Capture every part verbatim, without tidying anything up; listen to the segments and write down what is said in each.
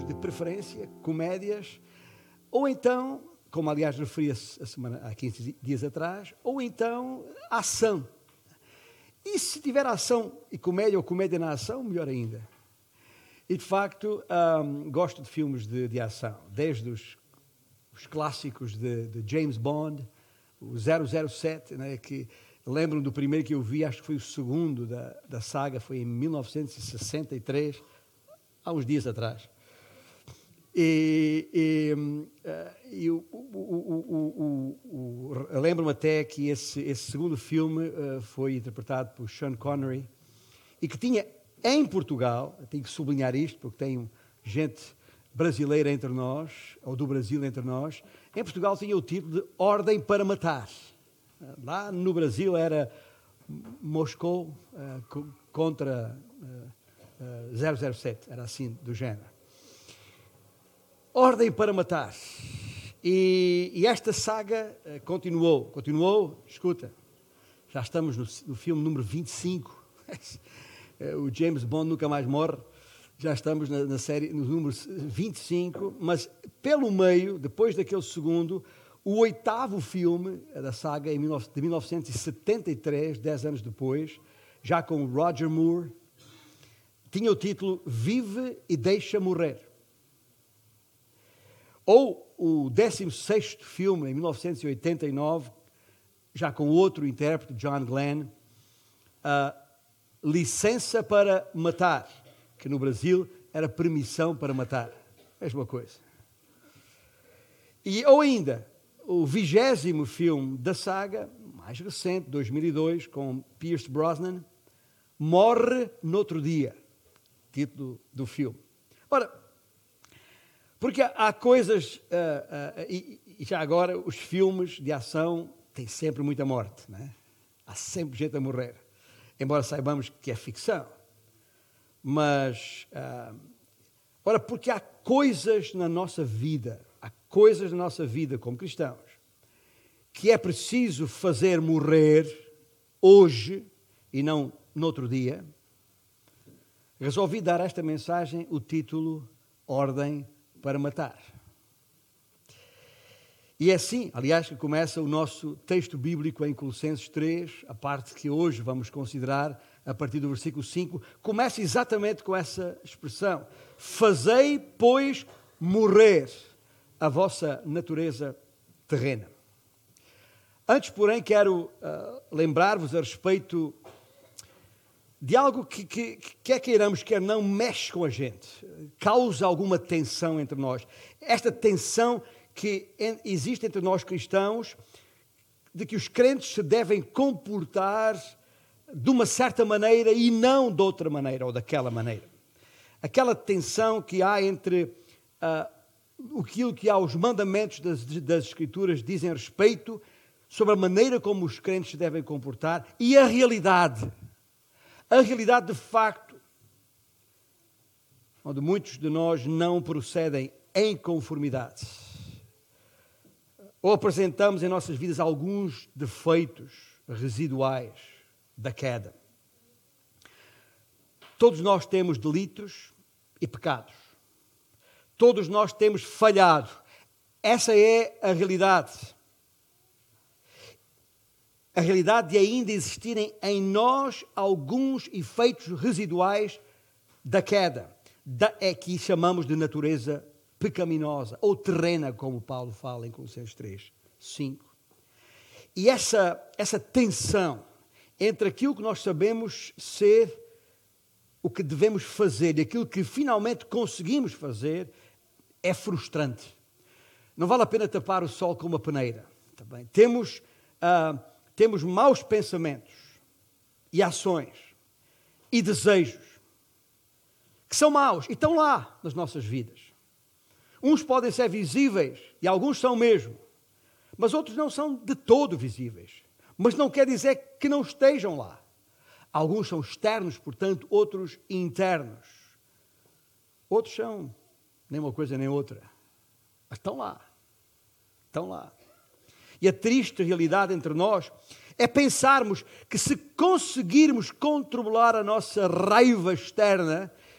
de preferência, comédias, ou então, como aliás referi a semana, há quinze dias atrás, ou então ação. E se tiver ação e comédia, ou comédia na ação, melhor ainda. E de facto, um, gosto de filmes de, de ação, desde os, os clássicos de, de James Bond, o zero zero sete, né, que lembro-me do primeiro que eu vi, acho que foi o segundo da, da saga, foi em mil novecentos e sessenta e três, há uns dias atrás. E, e, uh, e o, o, o, o, o, lembro-me até que esse, esse segundo filme uh, foi interpretado por Sean Connery e que tinha, em Portugal, tenho que sublinhar isto porque tem gente brasileira entre nós, ou do Brasil entre nós, em Portugal tinha o título de Ordem para Matar. Lá no Brasil era Moscou uh, contra uh, uh, zero zero sete, era assim do género. Ordem para Matar. E, e esta saga uh, continuou, continuou, escuta, já estamos no, no filme número vinte e cinco, o James Bond nunca mais morre, já estamos na, na série, no número vinte e cinco, mas pelo meio, depois daquele segundo, o oitavo filme da saga, de mil novecentos e setenta e três, dez anos depois, já com Roger Moore, tinha o título Vive e Deixa Morrer. Ou o décimo sexto filme, em mil novecentos e oitenta e nove, já com outro intérprete, John Glenn, uh, Licença para Matar, que no Brasil era Permissão para Matar. Mesma coisa. E, ou ainda, o vigésimo filme da saga, mais recente, dois mil e dois, com Pierce Brosnan, Morre Noutro Dia, título do filme. Ora, porque há coisas, uh, uh, e, e já agora os filmes de ação têm sempre muita morte, não é? Há sempre gente a morrer, embora saibamos que é ficção. Mas, uh, ora, porque há coisas na nossa vida, há coisas na nossa vida como cristãos, que é preciso fazer morrer hoje e não no outro dia, resolvi dar a esta mensagem o título Ordem para Matar. E é assim, aliás, que começa o nosso texto bíblico em Colossenses três, a parte que hoje vamos considerar a partir do versículo cinco, começa exatamente com essa expressão. Fazei, pois, morrer a vossa natureza terrena. Antes, porém, quero uh, lembrar-vos a respeito de algo que, que, que quer queiramos, quer não, mexe com a gente, causa alguma tensão entre nós. Esta tensão que existe entre nós cristãos, de que os crentes se devem comportar de uma certa maneira e não de outra maneira, ou daquela maneira. Aquela tensão que há entre uh, aquilo que há os mandamentos das, das Escrituras dizem a respeito sobre a maneira como os crentes se devem comportar e a realidade. A realidade de facto, onde muitos de nós não procedem em conformidade. Ou apresentamos em nossas vidas alguns defeitos residuais da queda. Todos nós temos delitos e pecados. Todos nós temos falhado. Essa é a realidade. A realidade de ainda existirem em nós alguns efeitos residuais da queda, da, é que chamamos de natureza pecaminosa, ou terrena, como Paulo fala em Colossenses três, cinco. E essa, essa tensão entre aquilo que nós sabemos ser o que devemos fazer e aquilo que finalmente conseguimos fazer é frustrante. Não vale a pena tapar o sol com uma peneira. Tá bem? Temos... Uh, Temos maus pensamentos e ações e desejos que são maus e estão lá nas nossas vidas. Uns podem ser visíveis e alguns são mesmo, mas outros não são de todo visíveis. Mas não quer dizer que não estejam lá. Alguns são externos, portanto, outros internos. Outros são nem uma coisa nem outra, mas estão lá. Estão lá. E a triste realidade entre nós é pensarmos que se conseguirmos controlar a nossa raiva externa,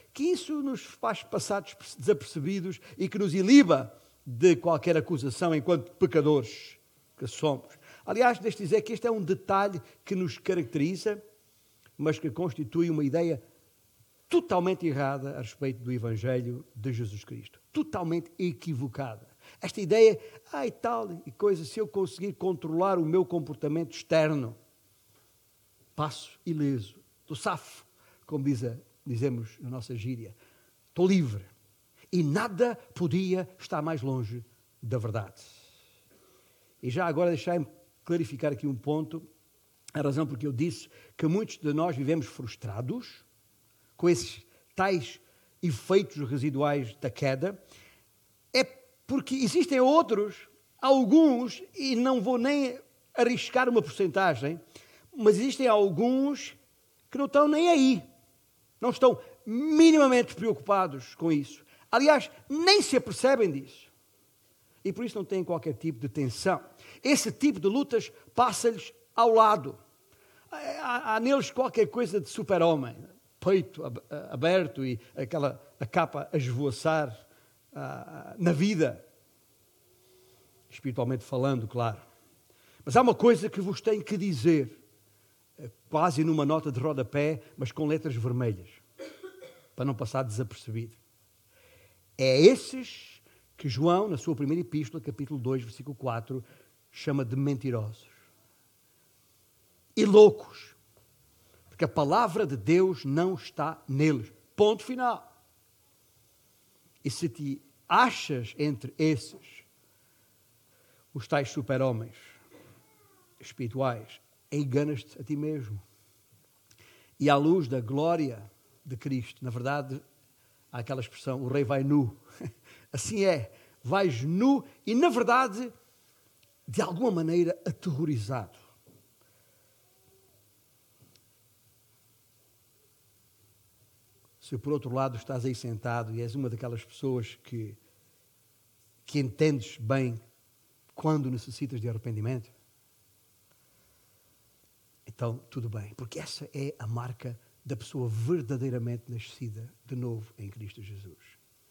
que isso nos faz passar desapercebidos e que nos iliba de qualquer acusação enquanto pecadores que somos. Aliás, deixe dizer que este é um detalhe que nos caracteriza, mas que constitui uma ideia totalmente errada a respeito do Evangelho de Jesus Cristo. Totalmente equivocada. Esta ideia, ah, e tal, e coisa, se eu conseguir controlar o meu comportamento externo, passo ileso, estou safo, como diz a, dizemos na nossa gíria, estou livre. E nada podia estar mais longe da verdade. E já agora deixai-me clarificar aqui um ponto, a razão porque eu disse que muitos de nós vivemos frustrados com esses tais efeitos residuais da queda, é porque existem outros, alguns, e não vou nem arriscar uma porcentagem, mas existem alguns que não estão nem aí, não estão minimamente preocupados com isso. Aliás, nem se apercebem disso. E por isso não têm qualquer tipo de tensão. Esse tipo de lutas passa-lhes ao lado. Há, há neles qualquer coisa de super-homem. Peito aberto e aquela a capa a esvoaçar uh, na vida. Espiritualmente falando, claro. Mas há uma coisa que vos tenho que dizer, quase numa nota de rodapé, mas com letras vermelhas, para não passar desapercebido. É esses que João, na sua primeira epístola, capítulo dois, versículo quatro, chama de mentirosos e loucos, porque a palavra de Deus não está neles. Ponto final. E se te achas entre esses, os tais super-homens espirituais, enganas-te a ti mesmo. E à luz da glória de Cristo, na verdade, há aquela expressão, o rei vai nu. Assim é, vais nu e, na verdade, de alguma maneira aterrorizado. Se por outro lado estás aí sentado e és uma daquelas pessoas que, que entendes bem quando necessitas de arrependimento, então tudo bem, porque essa é a marca da pessoa verdadeiramente nascida de novo em Cristo Jesus.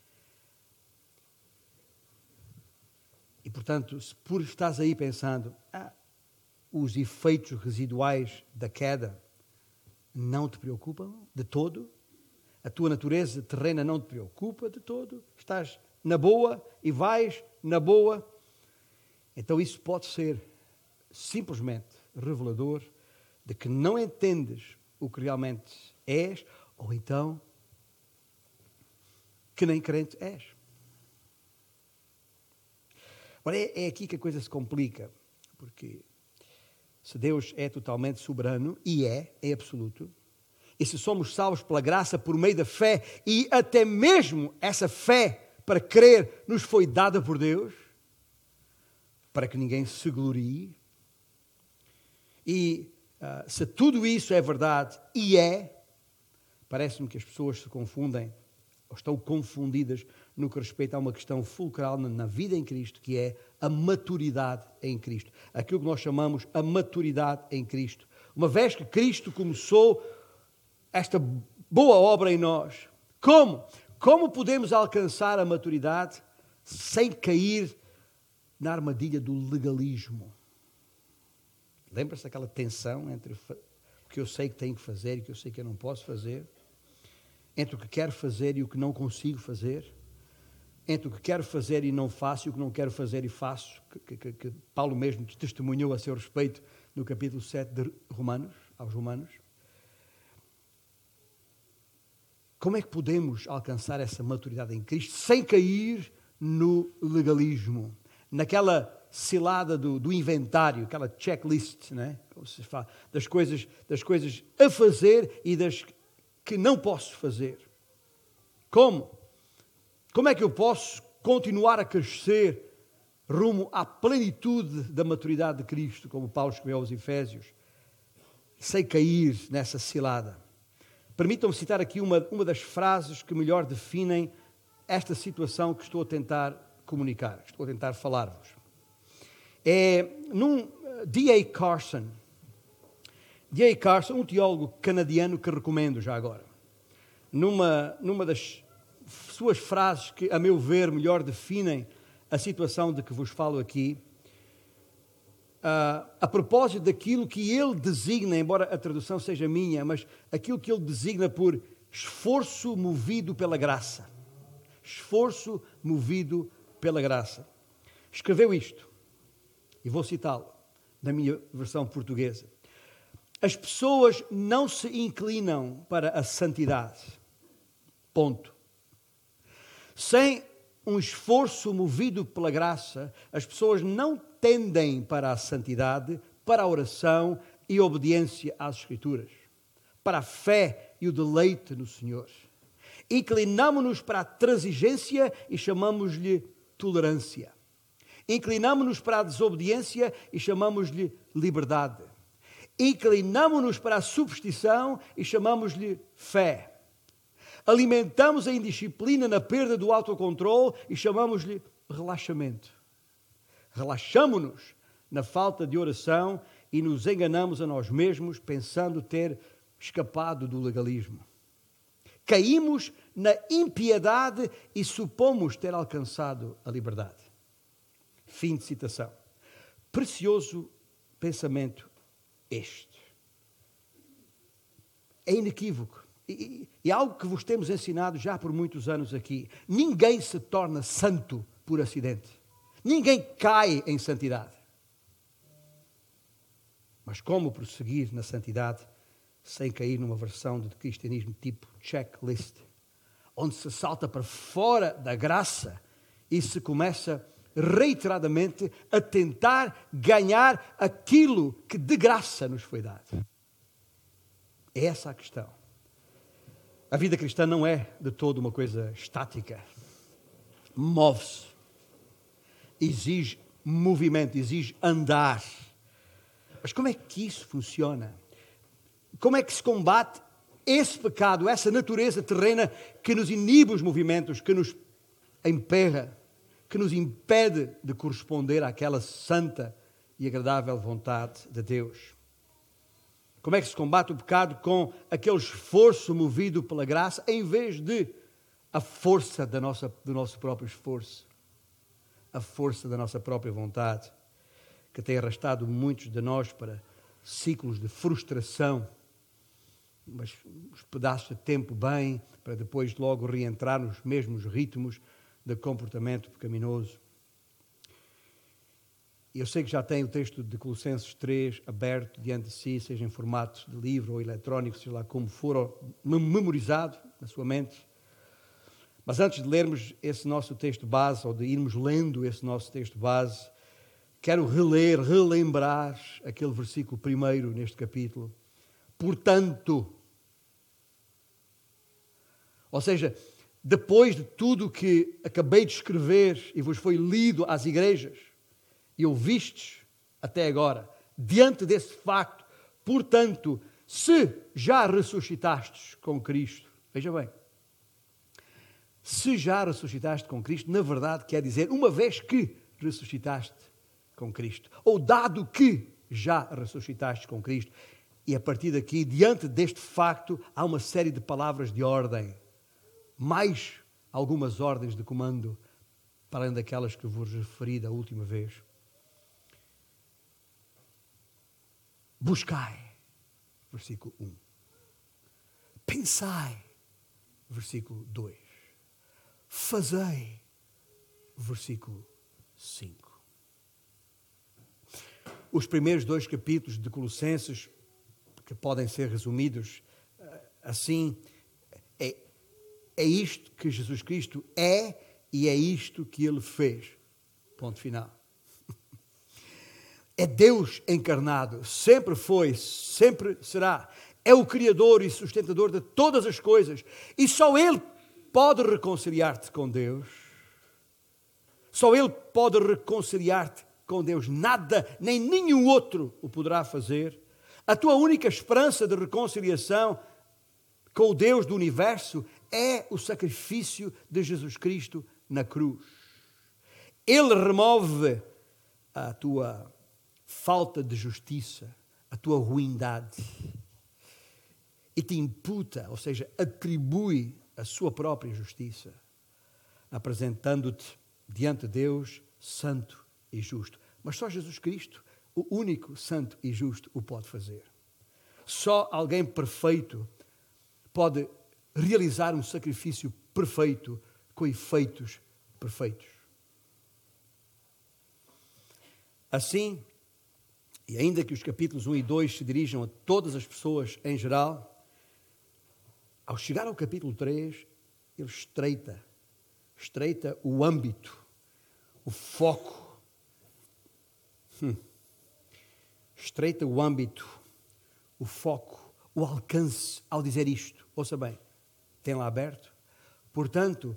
E portanto, se por estás aí pensando, ah, os efeitos residuais da queda não te preocupam de todo, a tua natureza terrena não te preocupa de todo, estás na boa e vais na boa, então isso pode ser simplesmente revelador de que não entendes o que realmente és, ou então que nem crente és. Ora, é, é aqui que a coisa se complica, porque se Deus é totalmente soberano, e é, é absoluto, e se somos salvos pela graça por meio da fé, e até mesmo essa fé para crer nos foi dada por Deus, para que ninguém se glorie, e uh, se tudo isso é verdade, e é, parece-me que as pessoas se confundem, ou estão confundidas no que respeita a uma questão fulcral na vida em Cristo, que é a maturidade em Cristo. Aquilo que nós chamamos a maturidade em Cristo. Uma vez que Cristo começou esta boa obra em nós, como? Como podemos alcançar a maturidade sem cair na armadilha do legalismo? Lembra-se daquela tensão entre o que eu sei que tenho que fazer e o que eu sei que eu não posso fazer? Entre o que quero fazer e o que não consigo fazer? Entre o que quero fazer e não faço e o que não quero fazer e faço? Que, que, que Paulo mesmo testemunhou a seu respeito no capítulo sete de Romanos, aos Romanos. Como é que podemos alcançar essa maturidade em Cristo sem cair no legalismo? Naquela cilada do, do inventário, aquela checklist, né? Como se fala, das coisas, das coisas a fazer e das que não posso fazer. Como? Como é que eu posso continuar a crescer rumo à plenitude da maturidade de Cristo, como Paulo escreveu aos Efésios, sem cair nessa cilada? Permitam-me citar aqui uma, uma das frases que melhor definem esta situação que estou a tentar comunicar, estou a tentar falar-vos. É num D A Carson, D A Carson, um teólogo canadiano que recomendo já agora. numa, numa das suas frases que, a meu ver, melhor definem a situação de que vos falo aqui, uh, a propósito daquilo que ele designa, embora a tradução seja minha, mas aquilo que ele designa por esforço movido pela graça. Esforço movido pela graça. Escreveu isto, e vou citá-lo, na minha versão portuguesa. As pessoas não se inclinam para a santidade. Ponto. Sem um esforço movido pela graça, as pessoas não tendem para a santidade, para a oração e a obediência às Escrituras, para a fé e o deleite no Senhor. Inclinamo-nos para a transigência e chamamos-lhe tolerância. Inclinamo-nos para a desobediência e chamamos-lhe liberdade. Inclinamo-nos para a superstição e chamamos-lhe fé. Alimentamos a indisciplina na perda do autocontrole e chamamos-lhe relaxamento. Relaxamo-nos na falta de oração e nos enganamos a nós mesmos pensando ter escapado do legalismo. Caímos na impiedade e supomos ter alcançado a liberdade. Fim de citação. Precioso pensamento este. É inequívoco. E, e, e algo que vos temos ensinado já por muitos anos aqui. Ninguém se torna santo por acidente. Ninguém cai em santidade. Mas como prosseguir na santidade sem cair numa versão de cristianismo tipo checklist, onde se salta para fora da graça e se começa reiteradamente a tentar ganhar aquilo que de graça nos foi dado? É essa a questão. A vida cristã não é de todo uma coisa estática. Move-se. Exige movimento, exige andar. Mas como é que isso funciona? Como é que se combate esse pecado, essa natureza terrena que nos inibe os movimentos, que nos emperra, que nos impede de corresponder àquela santa e agradável vontade de Deus? Como é que se combate o pecado com aquele esforço movido pela graça, em vez de a força da nossa, do nosso próprio esforço, a força da nossa própria vontade, que tem arrastado muitos de nós para ciclos de frustração, mas uns pedaços de tempo bem, para depois logo reentrar nos mesmos ritmos de comportamento pecaminoso. Eu sei que já tem o texto de Colossenses três aberto diante de si, seja em formato de livro ou eletrónico, seja lá como for, memorizado na sua mente. Mas antes de lermos esse nosso texto base, ou de irmos lendo esse nosso texto base, quero reler, relembrar aquele versículo primeiro neste capítulo. Portanto, ou seja, depois de tudo o que acabei de escrever e vos foi lido às igrejas, e ouvistes até agora, diante desse facto, portanto, se já ressuscitastes com Cristo, veja bem, se já ressuscitaste com Cristo, na verdade quer dizer, uma vez que ressuscitaste com Cristo, ou dado que já ressuscitaste com Cristo, e a partir daqui, diante deste facto, há uma série de palavras de ordem, mais algumas ordens de comando, para além daquelas que vos referi da última vez. Buscai, versículo um. Pensai, versículo dois. Fazei, versículo cinco. Os primeiros dois capítulos de Colossenses, que podem ser resumidos assim, é, é isto que Jesus Cristo é e é isto que Ele fez. Ponto final. É Deus encarnado, sempre foi, sempre será. É o Criador e sustentador de todas as coisas. E só Ele pode reconciliar-te com Deus. Só Ele pode reconciliar-te com Deus. Nada, nem nenhum outro o poderá fazer. A tua única esperança de reconciliação com o Deus do universo é o sacrifício de Jesus Cristo na cruz. Ele remove a tua falta de justiça, a tua ruindade. e te imputa, ou seja, atribui a sua própria justiça, apresentando-te diante de Deus santo e justo. Mas só Jesus Cristo, o único santo e justo, o pode fazer. Só alguém perfeito pode realizar um sacrifício perfeito com efeitos perfeitos. Assim, e ainda que os capítulos um e dois se dirijam a todas as pessoas em geral, ao chegar ao capítulo três, ele estreita, estreita o âmbito, o foco, hum. estreita o âmbito, o foco, o alcance ao dizer isto. Ouça bem, tem lá aberto. Portanto,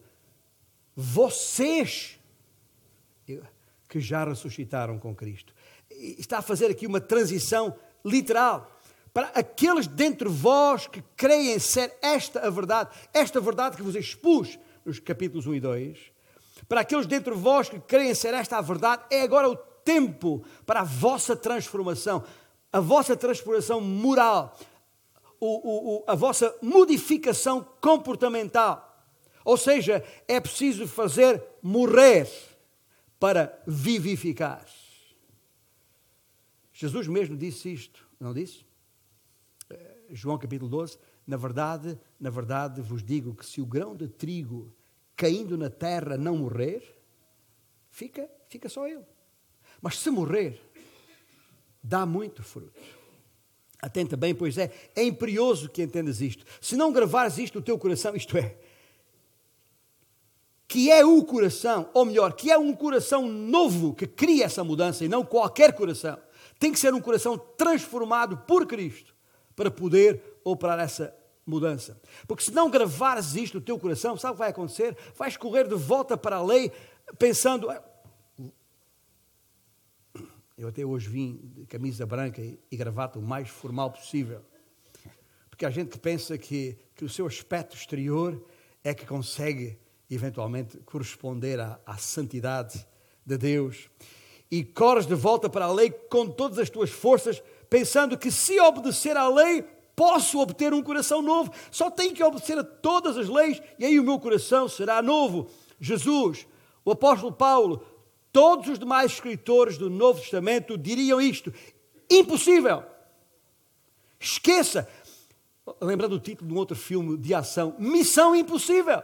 vocês que já ressuscitaram com Cristo. Está a fazer aqui uma transição literal. Para aqueles dentre vós que creem ser esta a verdade, esta verdade que vos expus nos capítulos um e dois, para aqueles dentre vós que creem ser esta a verdade, é agora o tempo para a vossa transformação, a vossa transformação moral, o, o, o, a vossa modificação comportamental. Ou seja, é preciso fazer morrer para vivificar. Jesus mesmo disse isto, não disse? João capítulo doze, na verdade, na verdade vos digo que se o grão de trigo caindo na terra não morrer, fica, fica só ele. Mas se morrer, dá muito fruto. Atenta bem, pois é, é imperioso que entendas isto. Se não gravares isto no teu coração, isto é, que é o coração, ou melhor, que é um coração novo que cria essa mudança e não qualquer coração. Tem que ser um coração transformado por Cristo para poder operar essa mudança. Porque se não gravares isto no teu coração, sabe o que vai acontecer? Vais correr de volta para a lei pensando... Eu até hoje vim de camisa branca e gravata o mais formal possível. Porque há gente que pensa que, que o seu aspecto exterior é que consegue eventualmente corresponder à, à santidade de Deus. E corres de volta para a lei com todas as tuas forças, pensando que se obedecer à lei, posso obter um coração novo. Só tenho que obedecer a todas as leis e aí o meu coração será novo. Jesus, o apóstolo Paulo, todos os demais escritores do Novo Testamento diriam isto. Impossível. Esqueça. Lembrando o título de um outro filme de ação, Missão Impossível.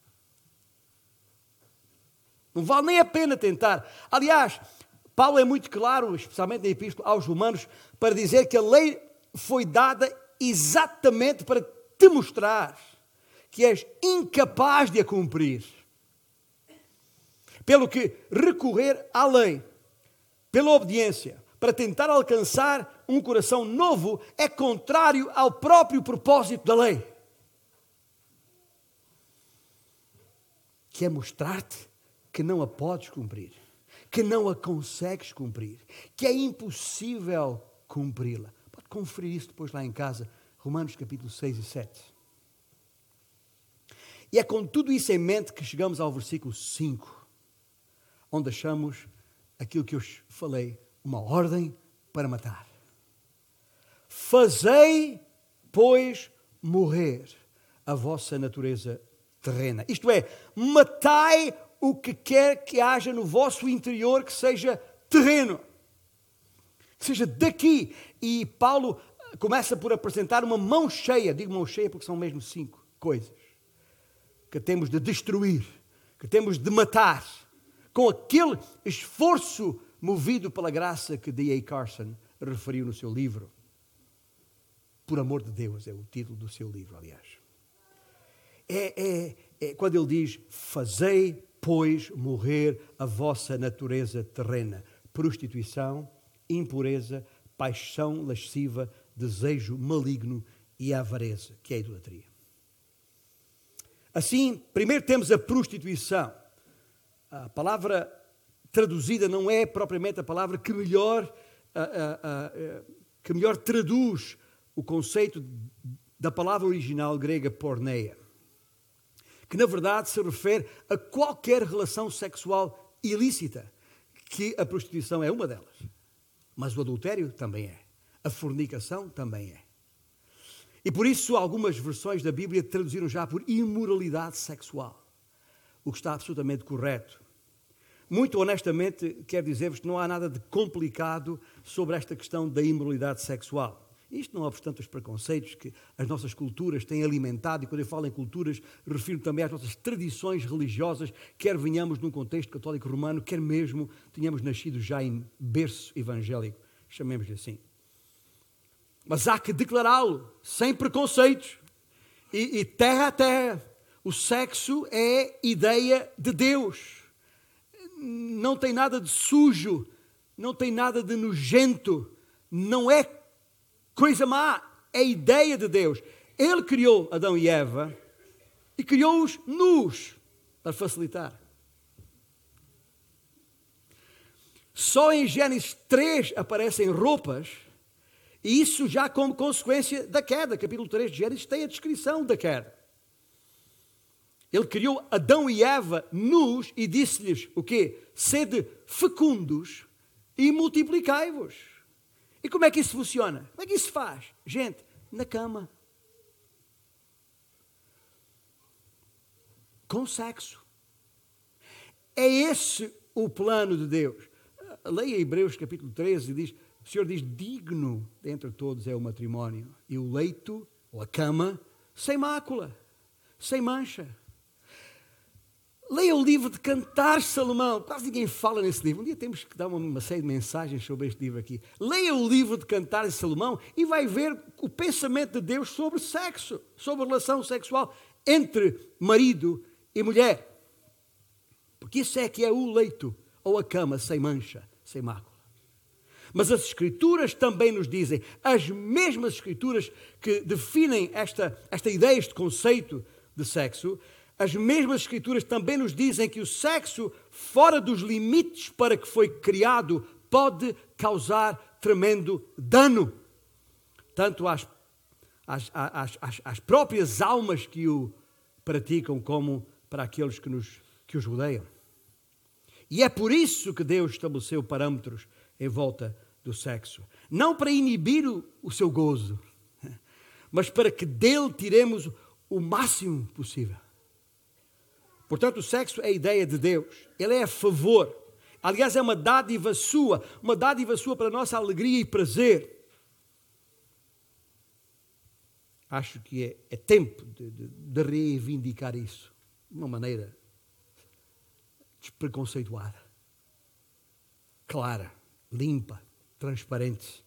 Não vale nem a pena tentar. Aliás, Paulo é muito claro, especialmente na Epístola aos Romanos, para dizer que a lei foi dada exatamente para te mostrar que és incapaz de a cumprir. Pelo que recorrer à lei, pela obediência, para tentar alcançar um coração novo, é contrário ao próprio propósito da lei. Que é mostrar-te que não a podes cumprir, que não a consegues cumprir, que é impossível cumpri-la. Pode conferir isso depois lá em casa, Romanos capítulo seis e sete. E é com tudo isso em mente que chegamos ao versículo cinco, onde achamos aquilo que eu falei, uma ordem para matar. Fazei, pois, morrer a vossa natureza terrena. Isto é, matai o que quer que haja no vosso interior que seja terreno, que seja daqui. E Paulo começa por apresentar uma mão cheia, digo mão cheia porque são mesmo cinco coisas, que temos de destruir, que temos de matar, com aquele esforço movido pela graça que D A Carson referiu no seu livro. Por amor de Deus, é o título do seu livro, aliás. É, é, é quando ele diz, fazei, pois, morrer a vossa natureza terrena. Prostituição, impureza, paixão lasciva, desejo maligno e avareza, que é a idolatria. Assim, primeiro temos a prostituição. A palavra traduzida não é propriamente a palavra que melhor, uh, uh, uh, que melhor traduz o conceito da palavra original grega porneia, que na verdade se refere a qualquer relação sexual ilícita, que a prostituição é uma delas. Mas o adultério também é. A fornicação também é. E por isso algumas versões da Bíblia traduziram já por imoralidade sexual, o que está absolutamente correto. Muito honestamente, quero dizer-vos que não há nada de complicado sobre esta questão da imoralidade sexual. Isto não obstante os preconceitos que as nossas culturas têm alimentado, e quando eu falo em culturas, refiro também às nossas tradições religiosas, quer venhamos num contexto católico romano, quer mesmo tenhamos nascido já em berço evangélico, chamemos-lhe assim. Mas há que declará-lo, sem preconceitos, e, e terra a terra. O sexo é ideia de Deus. Não tem nada de sujo, não tem nada de nojento, não é coisa má, é ideia de Deus. Ele criou Adão e Eva e criou-os nus para facilitar. Só em Gênesis três aparecem roupas, e isso já como consequência da queda. Capítulo três de Gênesis tem a descrição da queda. Ele criou Adão e Eva nus e disse-lhes o quê? Sede fecundos e multiplicai-vos. E como é que isso funciona? Como é que isso se faz? Gente, na cama. Com sexo. É esse o plano de Deus. Leia Hebreus capítulo treze e diz, o Senhor diz, digno dentre todos é o matrimónio. E o leito, ou a cama, sem mácula, sem mancha. Leia o livro de Cantares, Salomão. Quase ninguém fala nesse livro. Um dia temos que dar uma, uma série de mensagens sobre este livro aqui. Leia o livro de Cantares, Salomão e vai ver o pensamento de Deus sobre sexo, sobre relação sexual entre marido e mulher. Porque isso é que é o leito ou a cama sem mancha, sem mácula. Mas as Escrituras também nos dizem, as mesmas Escrituras que definem esta, esta ideia, este conceito de sexo, as mesmas Escrituras também nos dizem que o sexo, fora dos limites para que foi criado, pode causar tremendo dano. Tanto às, às, às, às, às próprias almas que o praticam, como para aqueles que, nos, que os rodeiam. E é por isso que Deus estabeleceu parâmetros em volta do sexo. Não para inibir o, o seu gozo, mas para que dele tiremos o máximo possível. Portanto, o sexo é a ideia de Deus. Ele é a favor. Aliás, é uma dádiva sua, uma dádiva sua para a nossa alegria e prazer. Acho que é, é tempo de, de, de reivindicar isso de uma maneira despreconceituada, clara, limpa, transparente.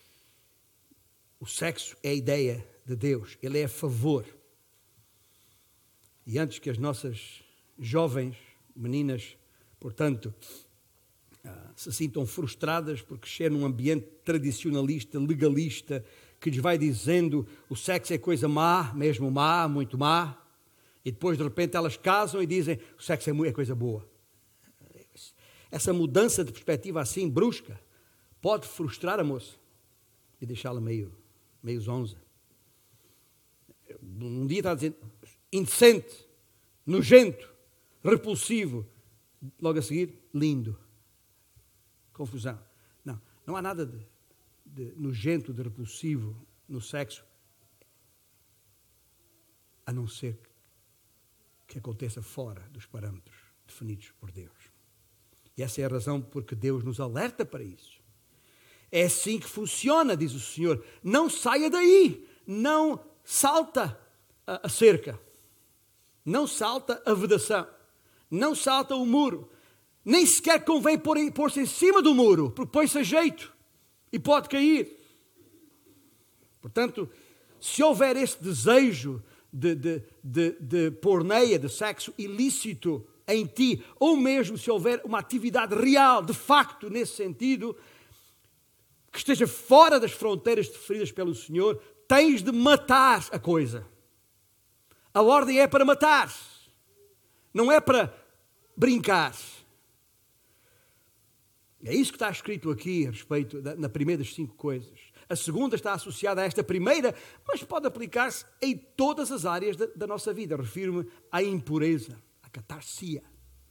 O sexo é a ideia de Deus. Ele é a favor. E antes que as nossas jovens meninas, portanto, se sintam frustradas por crescer num ambiente tradicionalista, legalista, que lhes vai dizendo o sexo é coisa má, mesmo má, muito má, e depois de repente elas casam e dizem o sexo é coisa boa. Essa mudança de perspectiva assim, brusca, pode frustrar a moça e deixá-la meio, meio zonza. Um dia está dizendo indecente, nojento, repulsivo, logo a seguir, lindo. Confusão. Não, não há nada de, de nojento, de repulsivo no sexo, a não ser que aconteça fora dos parâmetros definidos por Deus. E essa é a razão porque Deus nos alerta para isso. É assim que funciona, diz o Senhor. Não saia daí, não salta a, a cerca, não salta a vedação, não salta o muro, nem sequer convém pôr-se pôr em cima do muro, porque põe-se a jeito e pode cair. Portanto, se houver esse desejo de, de, de, de porneia, de sexo ilícito em ti, ou mesmo se houver uma atividade real, de facto, nesse sentido, que esteja fora das fronteiras definidas pelo Senhor, tens de matar a coisa. A ordem é para matar, não é para brincar. É isso que está escrito aqui a respeito da, na primeira das cinco coisas. A segunda está associada a esta primeira, mas pode aplicar-se em todas as áreas da, da nossa vida. Refiro-me à impureza, à catarsia.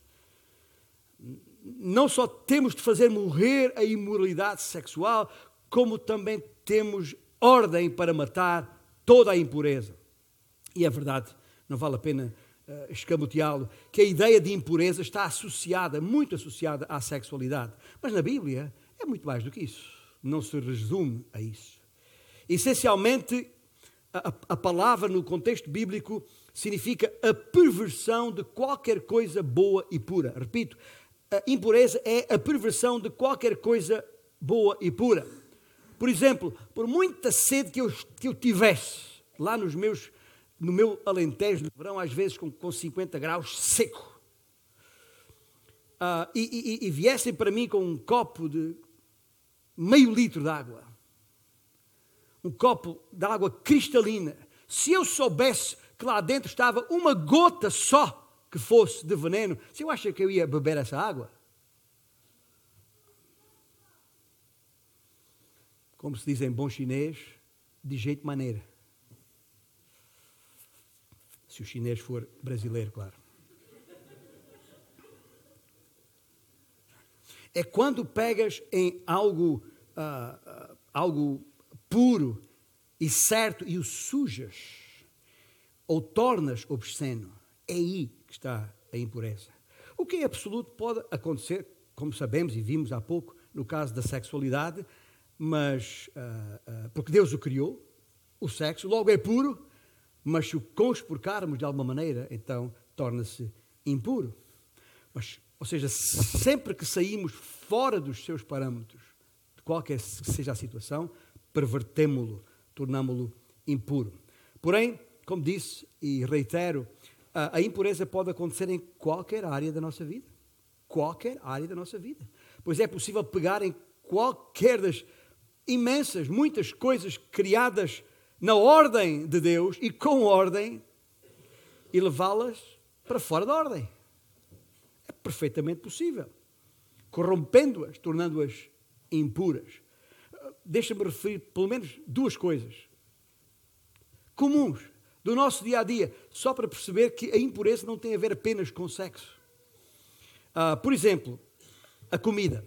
Não só temos de fazer morrer a imoralidade sexual, como também temos ordem para matar toda a impureza. E é verdade, não vale a pena uh, escamoteá-lo, que a ideia de impureza está associada, muito associada à sexualidade. Mas na Bíblia é muito mais do que isso. Não se resume a isso. Essencialmente, a, a palavra no contexto bíblico significa a perversão de qualquer coisa boa e pura. Repito, a impureza é a perversão de qualquer coisa boa e pura. Por exemplo, por muita sede que eu, que eu tivesse lá nos meus, no meu Alentejo, no verão, às vezes com, com cinquenta graus, seco, uh, e, e, e viessem para mim com um copo de meio litro de água, um copo de água cristalina, se eu soubesse que lá dentro estava uma gota só que fosse de veneno, se eu acho que eu ia beber essa água? Como se diz em bom chinês, de jeito maneira. Se o chinês for brasileiro, claro. É quando pegas em algo, uh, uh, algo puro e certo e o sujas, ou tornas obsceno. É aí que está a impureza. O que é absoluto pode acontecer, como sabemos e vimos há pouco, no caso da sexualidade, mas uh, uh, porque Deus o criou, o sexo, logo é puro, mas se o conspurcarmos de alguma maneira, então torna-se impuro. Mas, ou seja, sempre que saímos fora dos seus parâmetros, de qualquer que seja a situação, pervertemo-lo, tornamo-lo impuro. Porém, como disse e reitero, a, a impureza pode acontecer em qualquer área da nossa vida. Qualquer área da nossa vida. Pois é possível pegar em qualquer das imensas, muitas coisas criadas na ordem de Deus e com ordem e levá-las para fora da ordem. É perfeitamente possível. Corrompendo-as, tornando-as impuras. Deixa-me referir pelo menos duas coisas comuns do nosso dia-a-dia, só para perceber que a impureza não tem a ver apenas com sexo. Uh, por exemplo, a comida.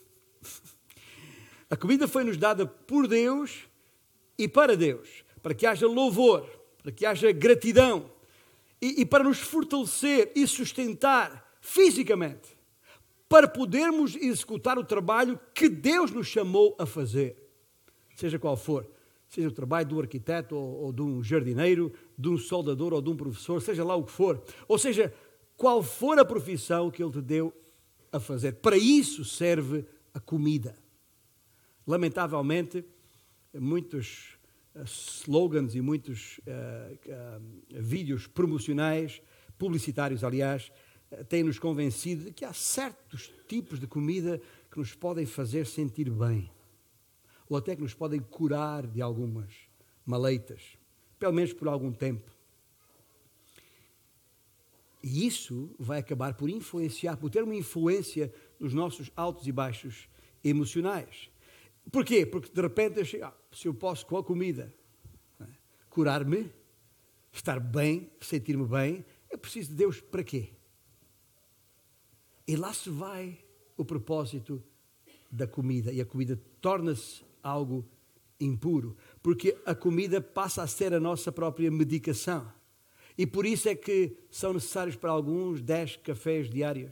A comida foi-nos dada por Deus e para Deus, para que haja louvor, para que haja gratidão e, e para nos fortalecer e sustentar fisicamente, para podermos executar o trabalho que Deus nos chamou a fazer, seja qual for, seja o trabalho do arquiteto ou, ou de um jardineiro, de um soldador ou de um professor, seja lá o que for, ou seja, qual for a profissão que Ele te deu a fazer. Para isso serve a comida. Lamentavelmente, muitos uh, slogans e muitos uh, uh, vídeos promocionais, publicitários, aliás, uh, têm-nos convencido de que há certos tipos de comida que nos podem fazer sentir bem, ou até que nos podem curar de algumas maleitas, pelo menos por algum tempo. E isso vai acabar por influenciar, por ter uma influência nos nossos altos e baixos emocionais. Porquê? Porque de repente eu chego, ah, se eu posso com a comida né, curar-me, estar bem, sentir-me bem, eu preciso de Deus para quê? E lá se vai o propósito da comida, e a comida torna-se algo impuro, porque a comida passa a ser a nossa própria medicação. E por isso é que são necessários para alguns dez cafés diários.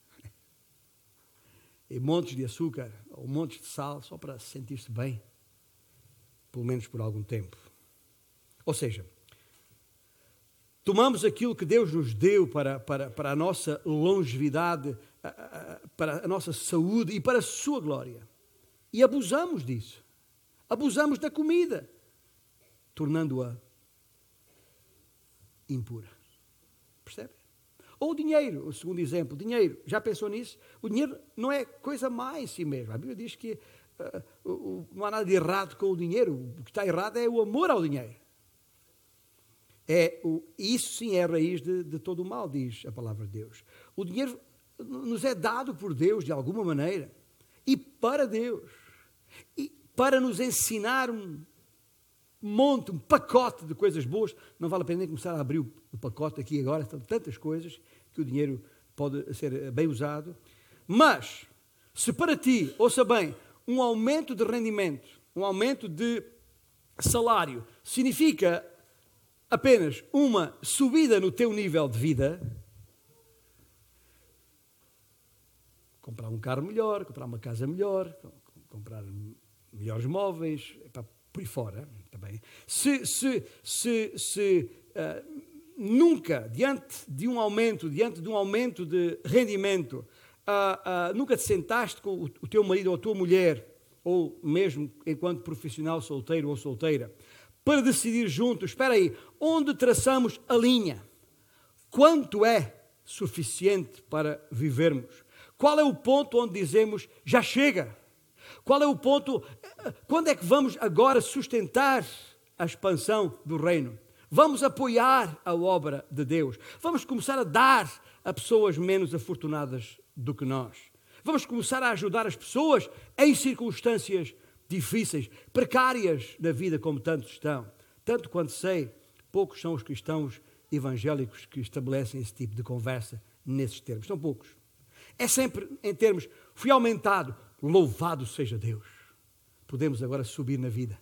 E montes de açúcar, ou montes de sal, só para sentir-se bem, pelo menos por algum tempo. Ou seja, tomamos aquilo que Deus nos deu para, para, para a nossa longevidade, para a nossa saúde e para a sua glória. E abusamos disso. Abusamos da comida, tornando-a impura. Percebe? Ou o dinheiro, o segundo exemplo, dinheiro. Já pensou nisso? O dinheiro não é coisa má em si mesmo. A Bíblia diz que uh, uh, não há nada de errado com o dinheiro. O que está errado é o amor ao dinheiro. É o, isso sim é a raiz de, de todo o mal, diz a palavra de Deus. O dinheiro nos é dado por Deus de alguma maneira e para Deus. E para nos ensinar um monte, um pacote de coisas boas. Não vale a pena nem começar a abrir o, o pacote aqui agora, são tantas coisas que o dinheiro pode ser bem usado. Mas, se para ti, ouça bem, um aumento de rendimento, um aumento de salário significa apenas uma subida no teu nível de vida, comprar um carro melhor, comprar uma casa melhor, comprar melhores móveis, para por aí fora também. Se, se, se, se uh, nunca, diante de um aumento, diante de um aumento de rendimento, uh, uh, nunca te sentaste com o, o teu marido ou a tua mulher, ou mesmo enquanto profissional solteiro ou solteira, para decidir juntos, espera aí, onde traçamos a linha? Quanto é suficiente para vivermos? Qual é o ponto onde dizemos, já chega? Qual é o ponto, quando é que vamos agora sustentar a expansão do reino? Vamos apoiar a obra de Deus. Vamos começar a dar a pessoas menos afortunadas do que nós. Vamos começar a ajudar as pessoas em circunstâncias difíceis, precárias na vida, como tantos estão. Tanto quanto sei, poucos são os cristãos evangélicos que estabelecem esse tipo de conversa nesses termos. São poucos. É sempre em termos, fui aumentado, louvado seja Deus. Podemos agora subir na vida.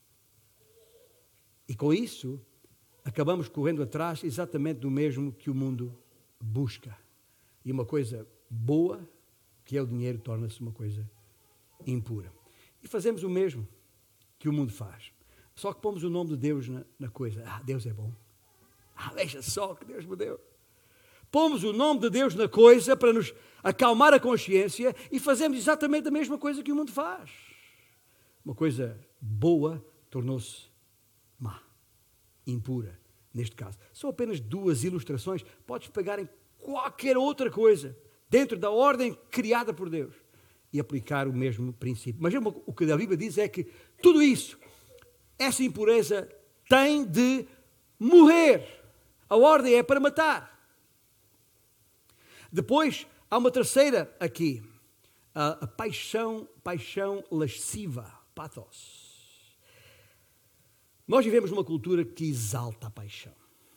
E com isso, acabamos correndo atrás exatamente do mesmo que o mundo busca. E uma coisa boa, que é o dinheiro, torna-se uma coisa impura. E fazemos o mesmo que o mundo faz. Só que pomos o nome de Deus na, na coisa. Ah, Deus é bom. Ah, veja só que Deus me deu. Pomos o nome de Deus na coisa para nos acalmar a consciência e fazemos exatamente a mesma coisa que o mundo faz. Uma coisa boa tornou-se má, impura, neste caso. São apenas duas ilustrações. Podes pegar em qualquer outra coisa, dentro da ordem criada por Deus, e aplicar o mesmo princípio. Mas o que a Bíblia diz é que tudo isso, essa impureza, tem de morrer. A ordem é para matar. Depois, há uma terceira aqui, a, a paixão, paixão lasciva, pathos. Nós vivemos numa cultura que exalta a paixão.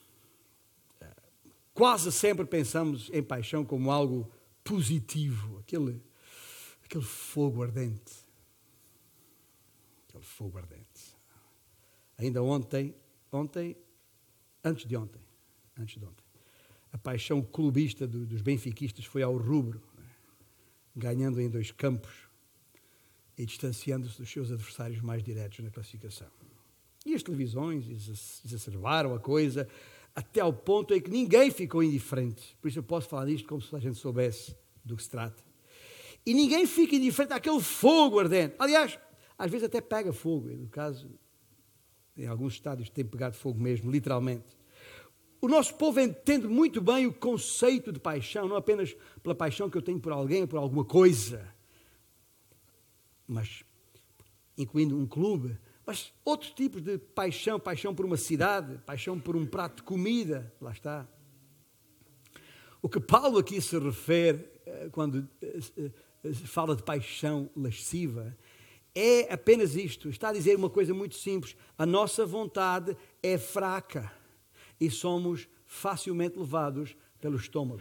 Quase sempre pensamos em paixão como algo positivo, aquele, aquele fogo ardente. Aquele fogo ardente. Ainda ontem, ontem, antes de ontem, antes de ontem, a paixão clubista do, dos benfiquistas foi ao rubro, né? Ganhando em dois campos e distanciando-se dos seus adversários mais diretos na classificação. E as televisões exacerbaram a coisa até ao ponto em que ninguém ficou indiferente. Por isso eu posso falar disto como se a gente soubesse do que se trata. E ninguém fica indiferente àquele fogo ardente. Aliás, às vezes até pega fogo. No caso, em alguns estádios tem pegado fogo mesmo, literalmente. O nosso povo entende muito bem o conceito de paixão, não apenas pela paixão que eu tenho por alguém ou por alguma coisa, mas incluindo um clube, mas outros tipos de paixão, paixão por uma cidade, paixão por um prato de comida, lá está. O que Paulo aqui se refere, quando fala de paixão lasciva, é apenas isto. Está a dizer uma coisa muito simples. A nossa vontade é fraca e somos facilmente levados pelo estômago.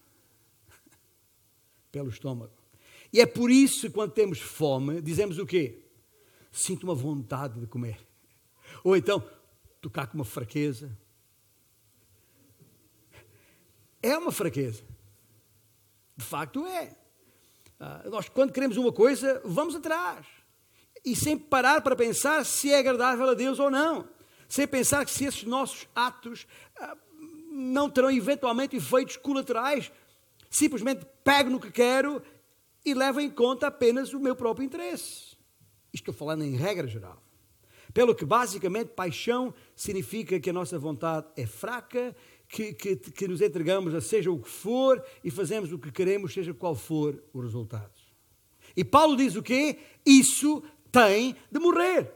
Pelo estômago. E é por isso que quando temos fome, dizemos o quê? Sinto uma vontade de comer. Ou então, tocar com uma fraqueza. É uma fraqueza. De facto é. Ah, nós, quando queremos uma coisa, vamos atrás. E sem parar para pensar se é agradável a Deus ou não. Sem pensar que se esses nossos atos ah, não terão eventualmente efeitos colaterais. Simplesmente pego no que quero e levo em conta apenas o meu próprio interesse. Estou falando em regra geral. Pelo que, basicamente, paixão significa que a nossa vontade é fraca, que, que, que nos entregamos a seja o que for e fazemos o que queremos, seja qual for o resultado. E Paulo diz o quê? Isso tem de morrer.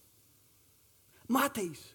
Mata isso.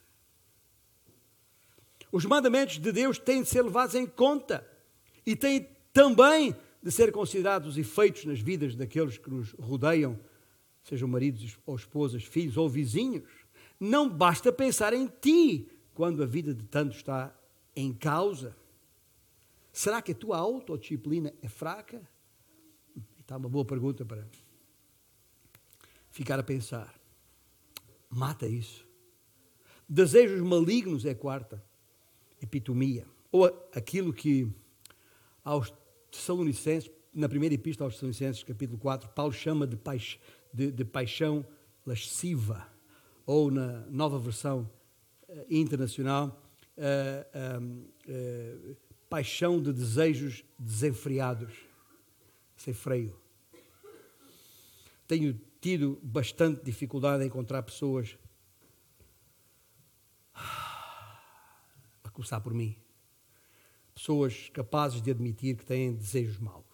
Os mandamentos de Deus têm de ser levados em conta e têm também de ser considerados os efeitos nas vidas daqueles que nos rodeiam, sejam maridos ou esposas, filhos ou vizinhos. Não basta pensar em ti quando a vida de tantos está em causa. Será que a tua autodisciplina é fraca? Está uma boa pergunta para ficar a pensar. Mata isso. Desejos malignos é a quarta epitomia. Ou aquilo que aos Tessalonicenses, na primeira epístola aos Tessalonicenses, capítulo quatro, Paulo chama de, paix, de, de paixão lasciva. Ou na nova versão uh, internacional, uh, um, uh, paixão de desejos desenfreados, sem freio. Tenho tido bastante dificuldade em encontrar pessoas, a começar por mim, pessoas capazes de admitir que têm desejos maus.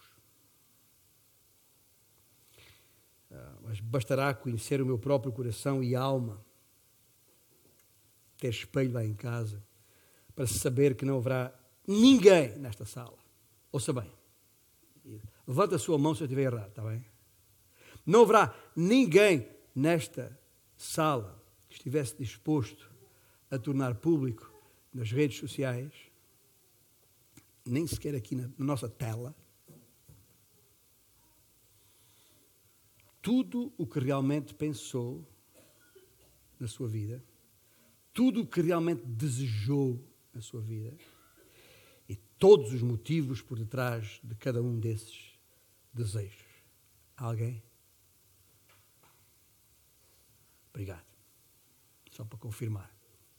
Mas bastará conhecer o meu próprio coração e alma, ter espelho lá em casa, para saber que não haverá ninguém nesta sala. Ouça bem, levanta a sua mão se eu estiver errado, está bem? Não haverá ninguém nesta sala que estivesse disposto a tornar público nas redes sociais, nem sequer aqui na, na nossa tela, tudo o que realmente pensou na sua vida, tudo o que realmente desejou na sua vida e todos os motivos por detrás de cada um desses desejos. Há alguém? Obrigado. Só para confirmar.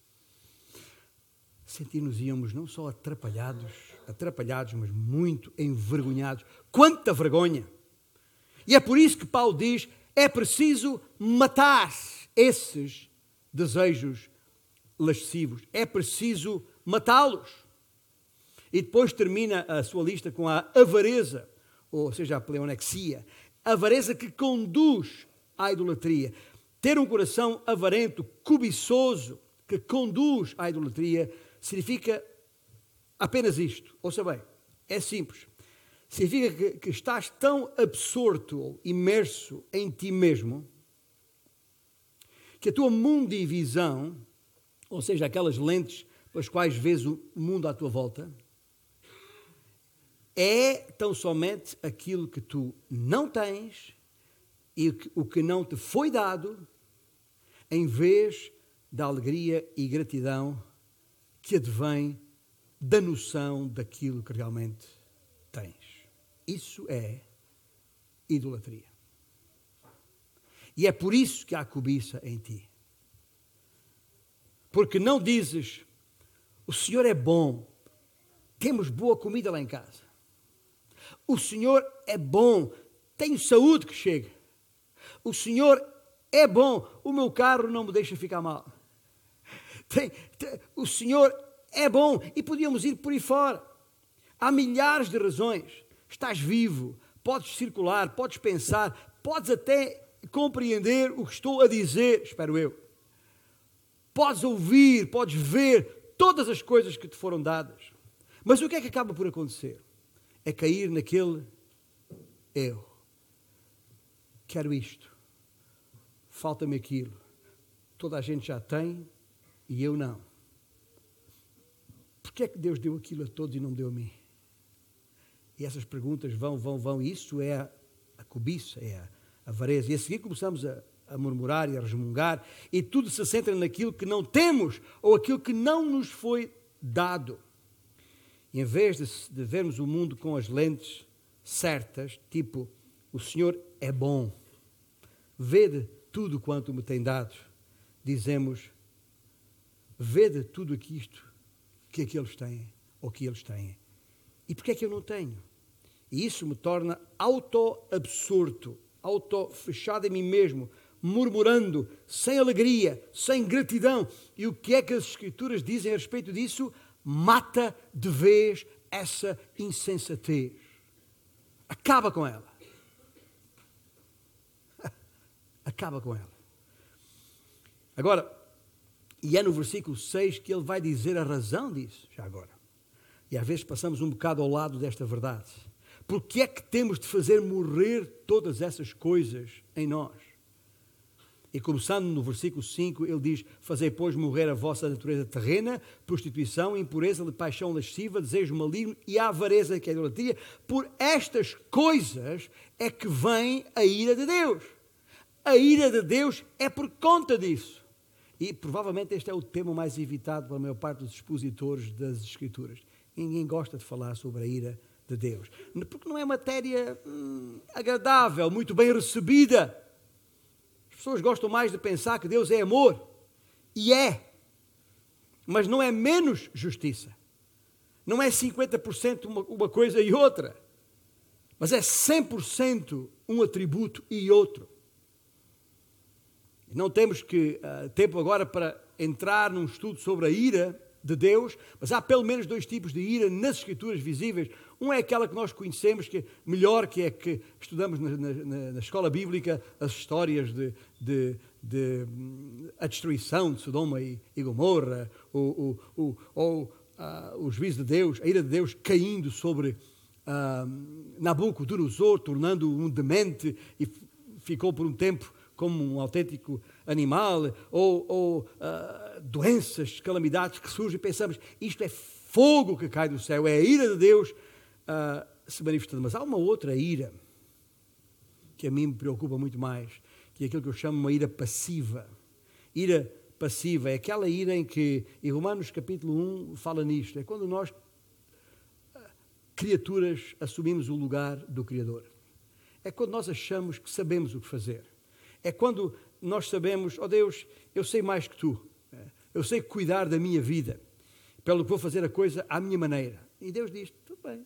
Sentir-nos-íamos não só atrapalhados, atrapalhados, mas muito envergonhados. Quanta vergonha! E é por isso que Paulo diz, é preciso matar esses desejos lascivos. É preciso matá-los. E depois termina a sua lista com a avareza, ou seja, a pleonexia. A avareza que conduz à idolatria. Ter um coração avarento, cobiçoso, que conduz à idolatria, significa apenas isto. Ouça bem, é simples. Significa que, que estás tão absorto ou imerso em ti mesmo que a tua mundivisão, ou seja, aquelas lentes pelas quais vês o mundo à tua volta, é tão somente aquilo que tu não tens e o que não te foi dado, em vez da alegria e gratidão que advém da noção daquilo que realmente tens. Isso é idolatria. E é por isso que há cobiça em ti. Porque não dizes, o Senhor é bom, temos boa comida lá em casa. O Senhor é bom, tenho saúde que chega. O Senhor é bom, o meu carro não me deixa ficar mal. Tem, tem, o Senhor é bom e podíamos ir por aí fora. Há milhares de razões. Estás vivo, podes circular, podes pensar, podes até compreender o que estou a dizer, espero eu. Podes ouvir, podes ver todas as coisas que te foram dadas. Mas o que é que acaba por acontecer? É cair naquele eu. Quero isto. Falta-me aquilo. Toda a gente já tem e eu não. Porquê é que Deus deu aquilo a todos e não deu a mim? E essas perguntas vão, vão, vão. Isso é a, a cobiça, é a avareza. E a seguir começamos a, a murmurar e a resmungar. E tudo se centra naquilo que não temos ou aquilo que não nos foi dado. E em vez de, de vermos o mundo com as lentes certas, tipo, o Senhor é bom, vede tudo quanto me tem dado, dizemos, vede tudo isto que aqueles têm, ou que eles têm. E porquê é que eu não tenho? E isso me torna auto-absorto, auto-fechado em mim mesmo, murmurando, sem alegria, sem gratidão. E o que é que as Escrituras dizem a respeito disso? Mata de vez essa insensatez. Acaba com ela. Acaba com ela. Agora, e é no versículo seis que ele vai dizer a razão disso, já agora. E às vezes passamos um bocado ao lado desta verdade. Porque é que temos de fazer morrer todas essas coisas em nós? E começando no versículo cinco, ele diz, fazei, pois, morrer a vossa natureza terrena, prostituição, impureza, de paixão lasciva, desejo maligno e a avareza, que é a idolatria. Por estas coisas é que vem a ira de Deus. A ira de Deus é por conta disso. E provavelmente este é o tema mais evitado pela maior parte dos expositores das Escrituras. Ninguém gosta de falar sobre a ira de Deus, porque não é matéria hum, agradável, muito bem recebida. As pessoas gostam mais de pensar que Deus é amor, e é, mas não é menos justiça. Não é cinquenta por cento uma, uma coisa e outra, mas é cem por cento um atributo e outro. Não temos que, uh, tempo agora para entrar num estudo sobre a ira de Deus, mas há pelo menos dois tipos de ira nas Escrituras visíveis. Um é aquela que nós conhecemos, que é melhor, que é que estudamos na, na, na escola bíblica, as histórias de, de, de a destruição de Sodoma e, e Gomorra, ou, ou, ou uh, o juízo de Deus, a ira de Deus caindo sobre uh, Nabucodonosor, tornando-o um demente, e ficou por um tempo como um autêntico animal, ou, ou uh, doenças, calamidades que surgem, e pensamos, isto é fogo que cai do céu, é a ira de Deus uh, se manifestando. Mas há uma outra ira, que a mim me preocupa muito mais, que é aquilo que eu chamo uma ira passiva. Ira passiva é aquela ira em que, em Romanos capítulo um, fala nisto, é quando nós, uh, criaturas, assumimos o lugar do Criador. É quando nós achamos que sabemos o que fazer. É quando nós sabemos, ó oh Deus, eu sei mais que tu, eu sei cuidar da minha vida, pelo que vou fazer a coisa à minha maneira. E Deus diz, tudo bem,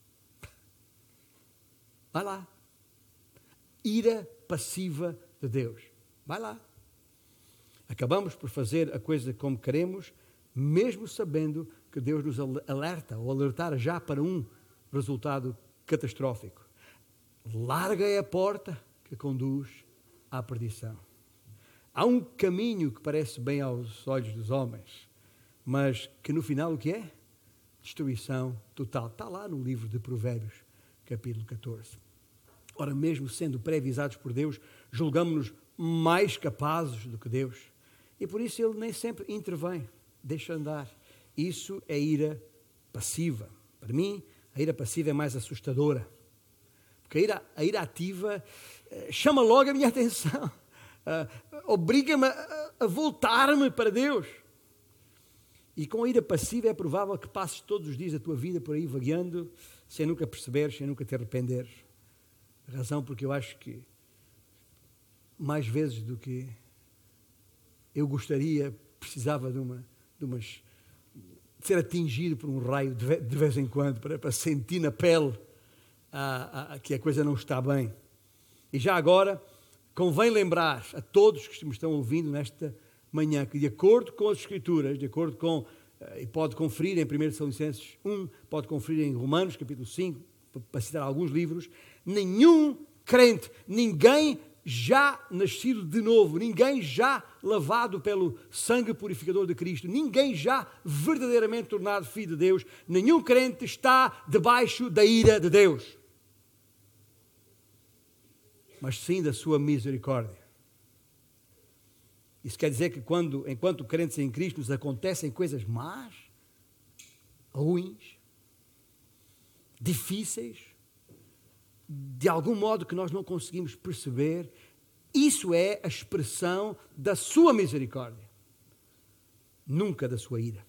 vai lá. Ira passiva de Deus, vai lá. Acabamos por fazer a coisa como queremos, mesmo sabendo que Deus nos alerta, ou alertar já para um resultado catastrófico. Larga é a porta que conduz à perdição. Há um caminho que parece bem aos olhos dos homens, mas que no final o que é? Destruição total. Está lá no livro de Provérbios, capítulo catorze. Ora, mesmo sendo pré-avisados por Deus, julgamos-nos mais capazes do que Deus. E por isso Ele nem sempre intervém, deixa andar. Isso é ira passiva. Para mim, a ira passiva é mais assustadora. Porque a ira, a ira ativa uh, chama logo a minha atenção, uh, obriga-me a, a voltar-me para Deus. E com a ira passiva é provável que passes todos os dias da tua vida por aí vagueando, sem nunca perceberes, sem nunca te arrependeres. A razão porque eu acho que, mais vezes do que eu gostaria, precisava de, uma, de, umas, de ser atingido por um raio de, de vez em quando, para, para sentir na pele A, a, que a coisa não está bem. E já agora, convém lembrar a todos que me estão ouvindo nesta manhã, que de acordo com as Escrituras, de acordo com, e pode conferir em primeiro Tessalonicenses um, pode conferir em Romanos, capítulo cinco, para citar alguns livros, nenhum crente, ninguém já nascido de novo, ninguém já lavado pelo sangue purificador de Cristo, ninguém já verdadeiramente tornado filho de Deus, nenhum crente está debaixo da ira de Deus, mas sim da sua misericórdia. Isso quer dizer que quando, enquanto crentes em Cristo, nos acontecem coisas más, ruins, difíceis, de algum modo que nós não conseguimos perceber, isso é a expressão da sua misericórdia, nunca da sua ira.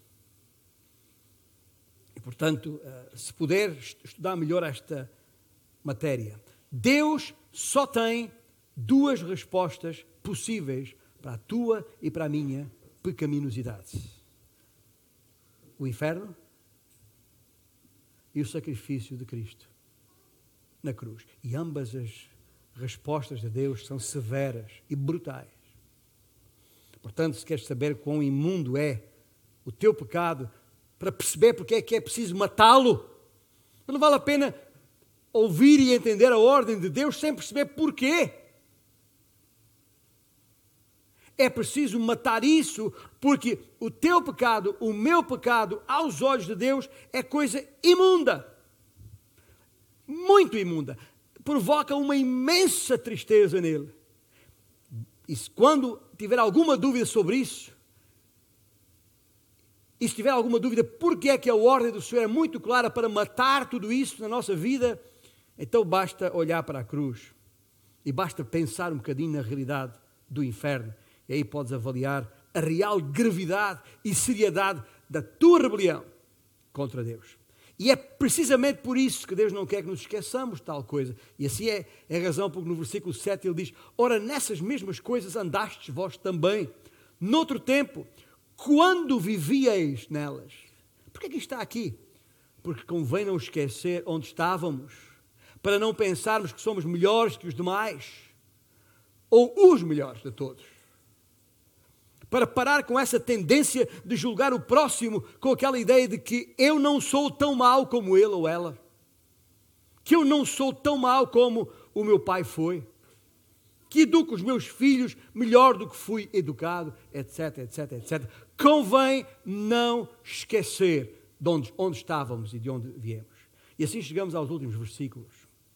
E, portanto, se puder estudar melhor esta matéria, Deus só tem duas respostas possíveis para a tua e para a minha pecaminosidade: o inferno e o sacrifício de Cristo na cruz. E ambas as respostas de Deus são severas e brutais. Portanto, se queres saber quão imundo é o teu pecado, para perceber porque é que é preciso matá-lo, não vale a pena ouvir e entender a ordem de Deus sem perceber porquê. É preciso matar isso, porque o teu pecado, o meu pecado, aos olhos de Deus, é coisa imunda. Muito imunda. Provoca uma imensa tristeza nele. E quando tiver alguma dúvida sobre isso, e se tiver alguma dúvida porque é que a ordem do Senhor é muito clara para matar tudo isso na nossa vida, então basta olhar para a cruz e basta pensar um bocadinho na realidade do inferno. E aí podes avaliar a real gravidade e seriedade da tua rebelião contra Deus. E é precisamente por isso que Deus não quer que nos esqueçamos de tal coisa. E assim é, é a razão porque no versículo sete ele diz: ora, nessas mesmas coisas andastes vós também, noutro tempo, quando vivieis nelas. Porquê que isto está aqui? Porque convém não esquecer onde estávamos, para não pensarmos que somos melhores que os demais, ou os melhores de todos. Para parar com essa tendência de julgar o próximo com aquela ideia de que eu não sou tão mau como ele ou ela, que eu não sou tão mau como o meu pai foi, que educo os meus filhos melhor do que fui educado, etc, etc, etcétera. Convém não esquecer de onde, onde estávamos e de onde viemos. E assim chegamos aos últimos versículos.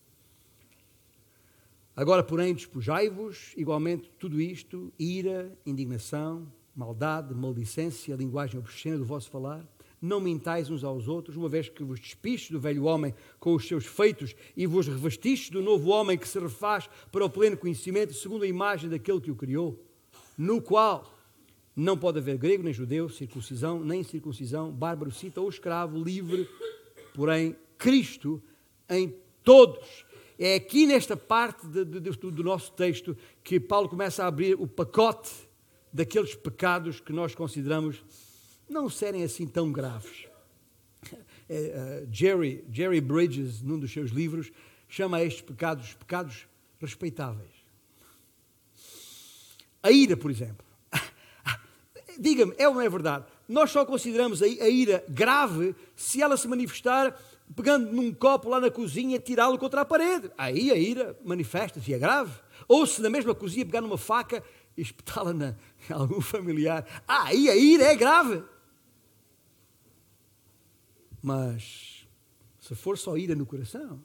Agora, porém, despojai-vos igualmente tudo isto: ira, indignação, maldade, maldicência, linguagem obscena do vosso falar. Não mintais uns aos outros, uma vez que vos despistes do velho homem com os seus feitos e vos revestistes do novo homem que se refaz para o pleno conhecimento, segundo a imagem daquele que o criou, no qual não pode haver grego nem judeu, circuncisão nem incircuncisão, bárbaro, cita ou escravo, livre, porém Cristo em todos. É aqui nesta parte de, de, de, do nosso texto que Paulo começa a abrir o pacote daqueles pecados que nós consideramos não serem assim tão graves. É, uh, Jerry, Jerry Bridges, num dos seus livros, chama estes pecados pecados respeitáveis. A ira, por exemplo. Diga-me, é ou não é verdade? Nós só consideramos a, a ira grave se ela se manifestar pegando num copo lá na cozinha e tirá-lo contra a parede. Aí a ira manifesta-se e é grave. Ou se na mesma cozinha pegar numa faca e espetá-la na, em algum familiar. Ah, aí a ira é grave. Mas se for só ira no coração,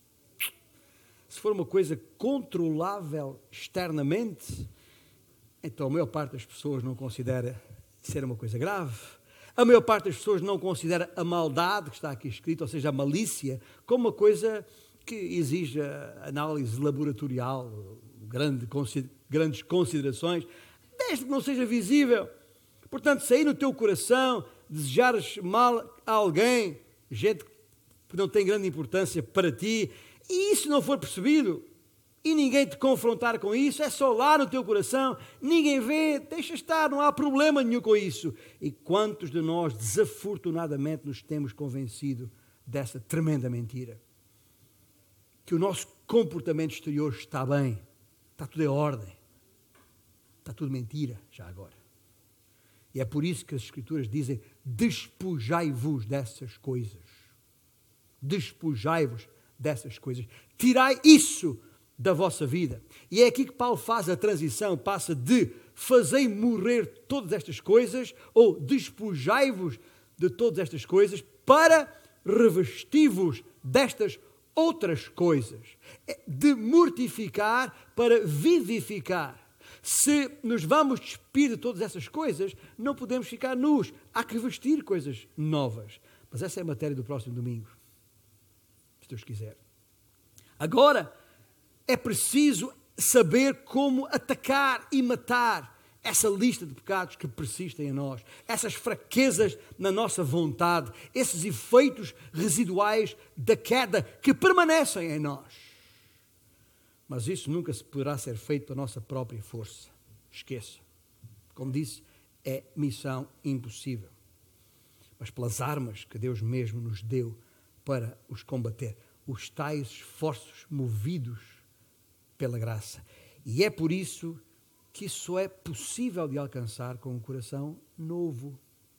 se for uma coisa controlável externamente, então a maior parte das pessoas não considera ser uma coisa grave. A maior parte das pessoas não considera a maldade que está aqui escrita, ou seja, a malícia, como uma coisa que exige análise laboratorial, grande, grandes considerações, desde que não seja visível. Portanto, se aí no teu coração desejares mal a alguém, gente que não tem grande importância para ti, e isso não for percebido, e ninguém te confrontar com isso, é só lá no teu coração, ninguém vê, deixa estar, não há problema nenhum com isso. E quantos de nós, desafortunadamente, nos temos convencido dessa tremenda mentira? Que o nosso comportamento exterior está bem, está tudo em ordem, está tudo mentira, já agora. E é por isso que as Escrituras dizem: despojai-vos dessas coisas. Despojai-vos dessas coisas. Tirai isso da vossa vida. E é aqui que Paulo faz a transição, passa de fazei morrer todas estas coisas, ou despojai-vos de todas estas coisas, para revesti-vos destas outras coisas. De mortificar para vivificar. Se nos vamos despir de todas essas coisas, não podemos ficar nus. Há que vestir coisas novas. Mas essa é a matéria do próximo domingo, se Deus quiser. Agora, é preciso saber como atacar e matar essa lista de pecados que persistem em nós, essas fraquezas na nossa vontade, esses efeitos residuais da queda que permanecem em nós. Mas isso nunca se poderá ser feito pela nossa própria força. Esqueça. Como disse, é missão impossível. Mas pelas armas que Deus mesmo nos deu para os combater, os tais esforços movidos pela graça. E é por isso que isso é possível de alcançar com um coração novo.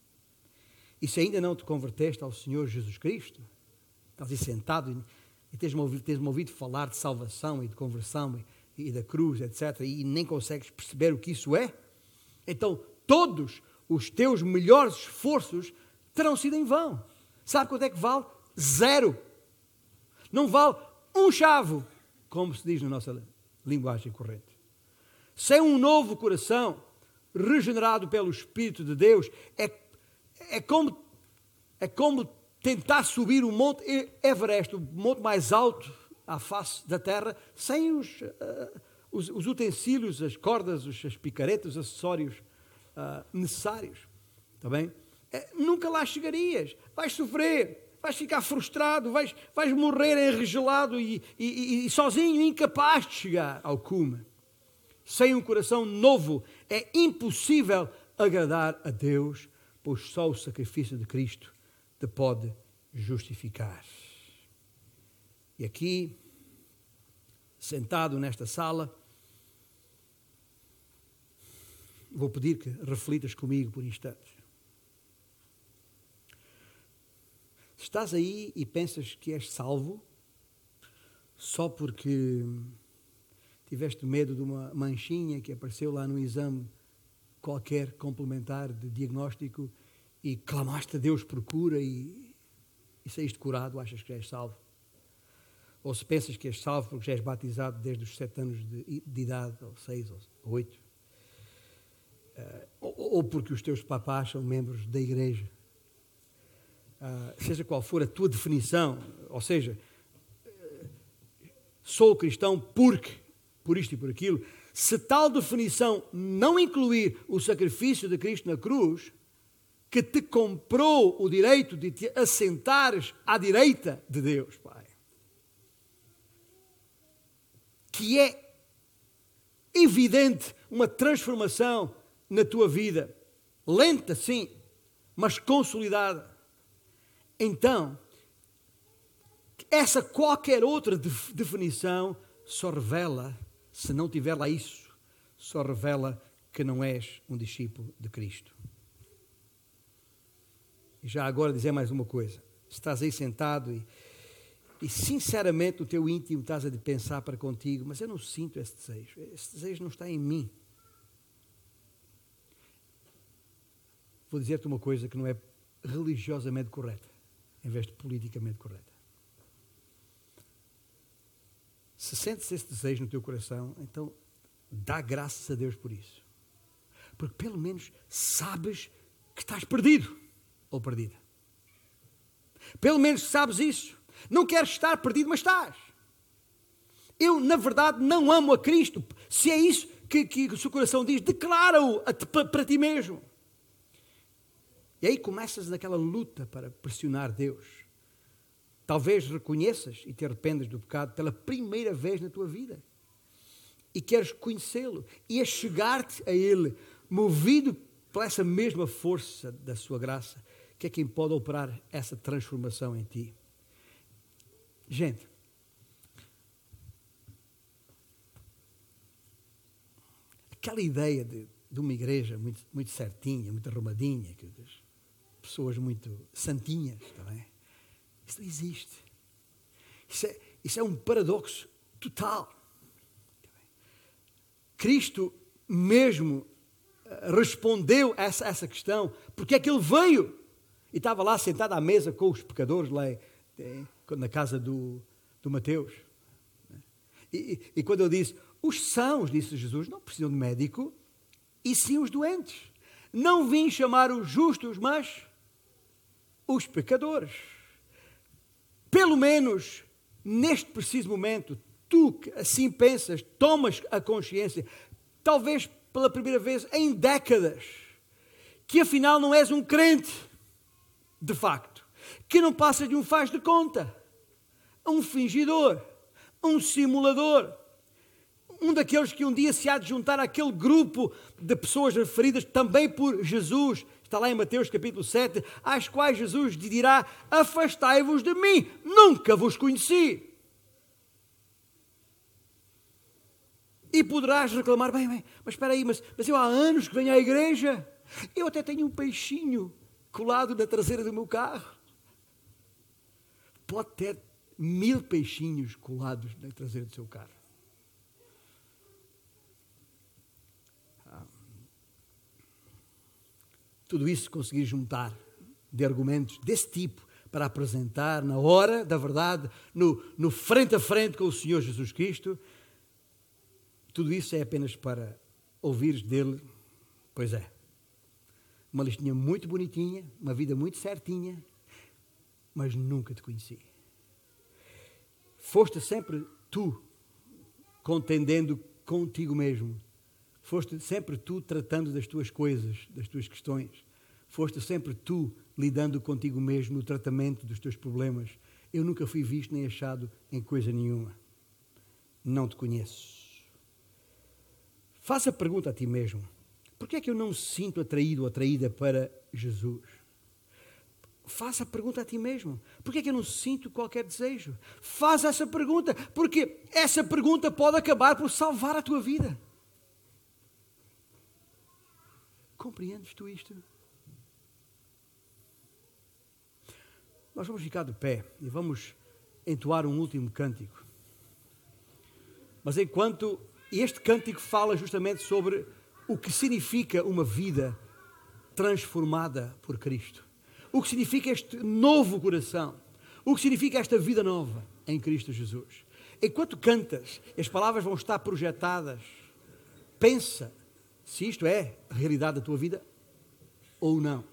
E se ainda não te converteste ao Senhor Jesus Cristo, estás aí sentado e, e tens-me ouvido, tens-me ouvido falar de salvação e de conversão e, e da cruz, etcétera, e nem consegues perceber o que isso é, então todos os teus melhores esforços terão sido em vão. Sabe quanto é que vale? Zero. Não vale um chavo, como se diz na nossa linguagem corrente. Sem um novo coração, regenerado pelo Espírito de Deus, é, é, como, é como tentar subir o monte Everest, o monte mais alto à face da terra, sem os, uh, os, os utensílios, as cordas, as picaretas, os acessórios uh, necessários. Está bem? É, nunca lá chegarias. Vais sofrer, vais ficar frustrado, vais, vais morrer enregelado e, e, e, e sozinho, incapaz de chegar ao cume. Sem um coração novo, é impossível agradar a Deus, pois só o sacrifício de Cristo te pode justificar. E aqui, sentado nesta sala, vou pedir que reflitas comigo por instantes. Estás aí e pensas que és salvo só porque tiveste medo de uma manchinha que apareceu lá no exame qualquer complementar de diagnóstico e clamaste a Deus por cura e, e saíste curado, achas que já és salvo? Ou se pensas que és salvo porque já és batizado desde os sete anos de, de idade, ou seis, ou oito, uh, ou, ou porque os teus papás são membros da igreja. Uh, seja qual for a tua definição, ou seja, uh, sou cristão porque, por isto e por aquilo, se tal definição não incluir o sacrifício de Cristo na cruz, que te comprou o direito de te assentares à direita de Deus, Pai, que é evidente uma transformação na tua vida, lenta sim, mas consolidada. Então, essa qualquer outra definição só revela, se não tiver lá isso, só revela que não és um discípulo de Cristo. E já agora dizer mais uma coisa. Estás aí sentado e, e sinceramente o teu íntimo estás a pensar para contigo, mas eu não sinto esse desejo. Esse desejo não está em mim. Vou dizer-te uma coisa que não é religiosamente correta, em vez de politicamente correta. Se sentes esse desejo no teu coração, então dá graças a Deus por isso. Porque pelo menos sabes que estás perdido ou perdida. Pelo menos sabes isso. Não queres estar perdido, mas estás. Eu, na verdade, não amo a Cristo. Se é isso que, que o seu coração diz, declara-o para ti mesmo. E aí começas naquela luta para pressionar Deus. Talvez reconheças e te arrependas do pecado pela primeira vez na tua vida. E queres conhecê-lo. E a chegar-te a Ele, movido por essa mesma força da sua graça, que é quem pode operar essa transformação em ti. Gente, aquela ideia de, de uma igreja muito, muito certinha, muito arrumadinha, que pessoas muito santinhas, está bem? Isso não existe. Isso é, isso é um paradoxo total. Cristo mesmo respondeu a essa, essa questão, porque é que ele veio e estava lá sentado à mesa com os pecadores lá na casa do, do Mateus. E, e, e quando ele disse, os sãos, disse Jesus, não precisam de médico, e sim os doentes. Não vim chamar os justos, mas os pecadores. Pelo menos, neste preciso momento, tu que assim pensas, tomas a consciência, talvez pela primeira vez em décadas, que afinal não és um crente, de facto, que não passa de um faz de conta, um fingidor, um simulador, um daqueles que um dia se há de juntar àquele grupo de pessoas referidas também por Jesus, está lá em Mateus capítulo sete, às quais Jesus dirá, afastai-vos de mim, nunca vos conheci. E poderás reclamar, bem, bem, mas espera aí, mas, mas eu há anos que venho à igreja, eu até tenho um peixinho colado na traseira do meu carro. Pode ter mil peixinhos colados na traseira do seu carro. Ah. Tudo isso conseguir juntar de argumentos desse tipo para apresentar na hora da verdade, no, no frente a frente com o Senhor Jesus Cristo, tudo isso é apenas para ouvires dele, pois é, uma listinha muito bonitinha, uma vida muito certinha, mas nunca te conheci. Foste sempre tu, contendendo contigo mesmo. Foste sempre tu tratando das tuas coisas, das tuas questões. Foste sempre tu lidando contigo mesmo no tratamento dos teus problemas. Eu nunca fui visto nem achado em coisa nenhuma. Não te conheço. Faça a pergunta a ti mesmo. Por que é que eu não me sinto atraído ou atraída para Jesus? Faça a pergunta a ti mesmo. Por que é que eu não sinto qualquer desejo? Faz essa pergunta, porque essa pergunta pode acabar por salvar a tua vida. Compreendes tu isto? Nós vamos ficar de pé e vamos entoar um último cântico. Mas enquanto este cântico fala justamente sobre o que significa uma vida transformada por Cristo. O que significa este novo coração. O que significa esta vida nova em Cristo Jesus. Enquanto cantas, as palavras vão estar projetadas. Pensa se isto é a realidade da tua vida ou não.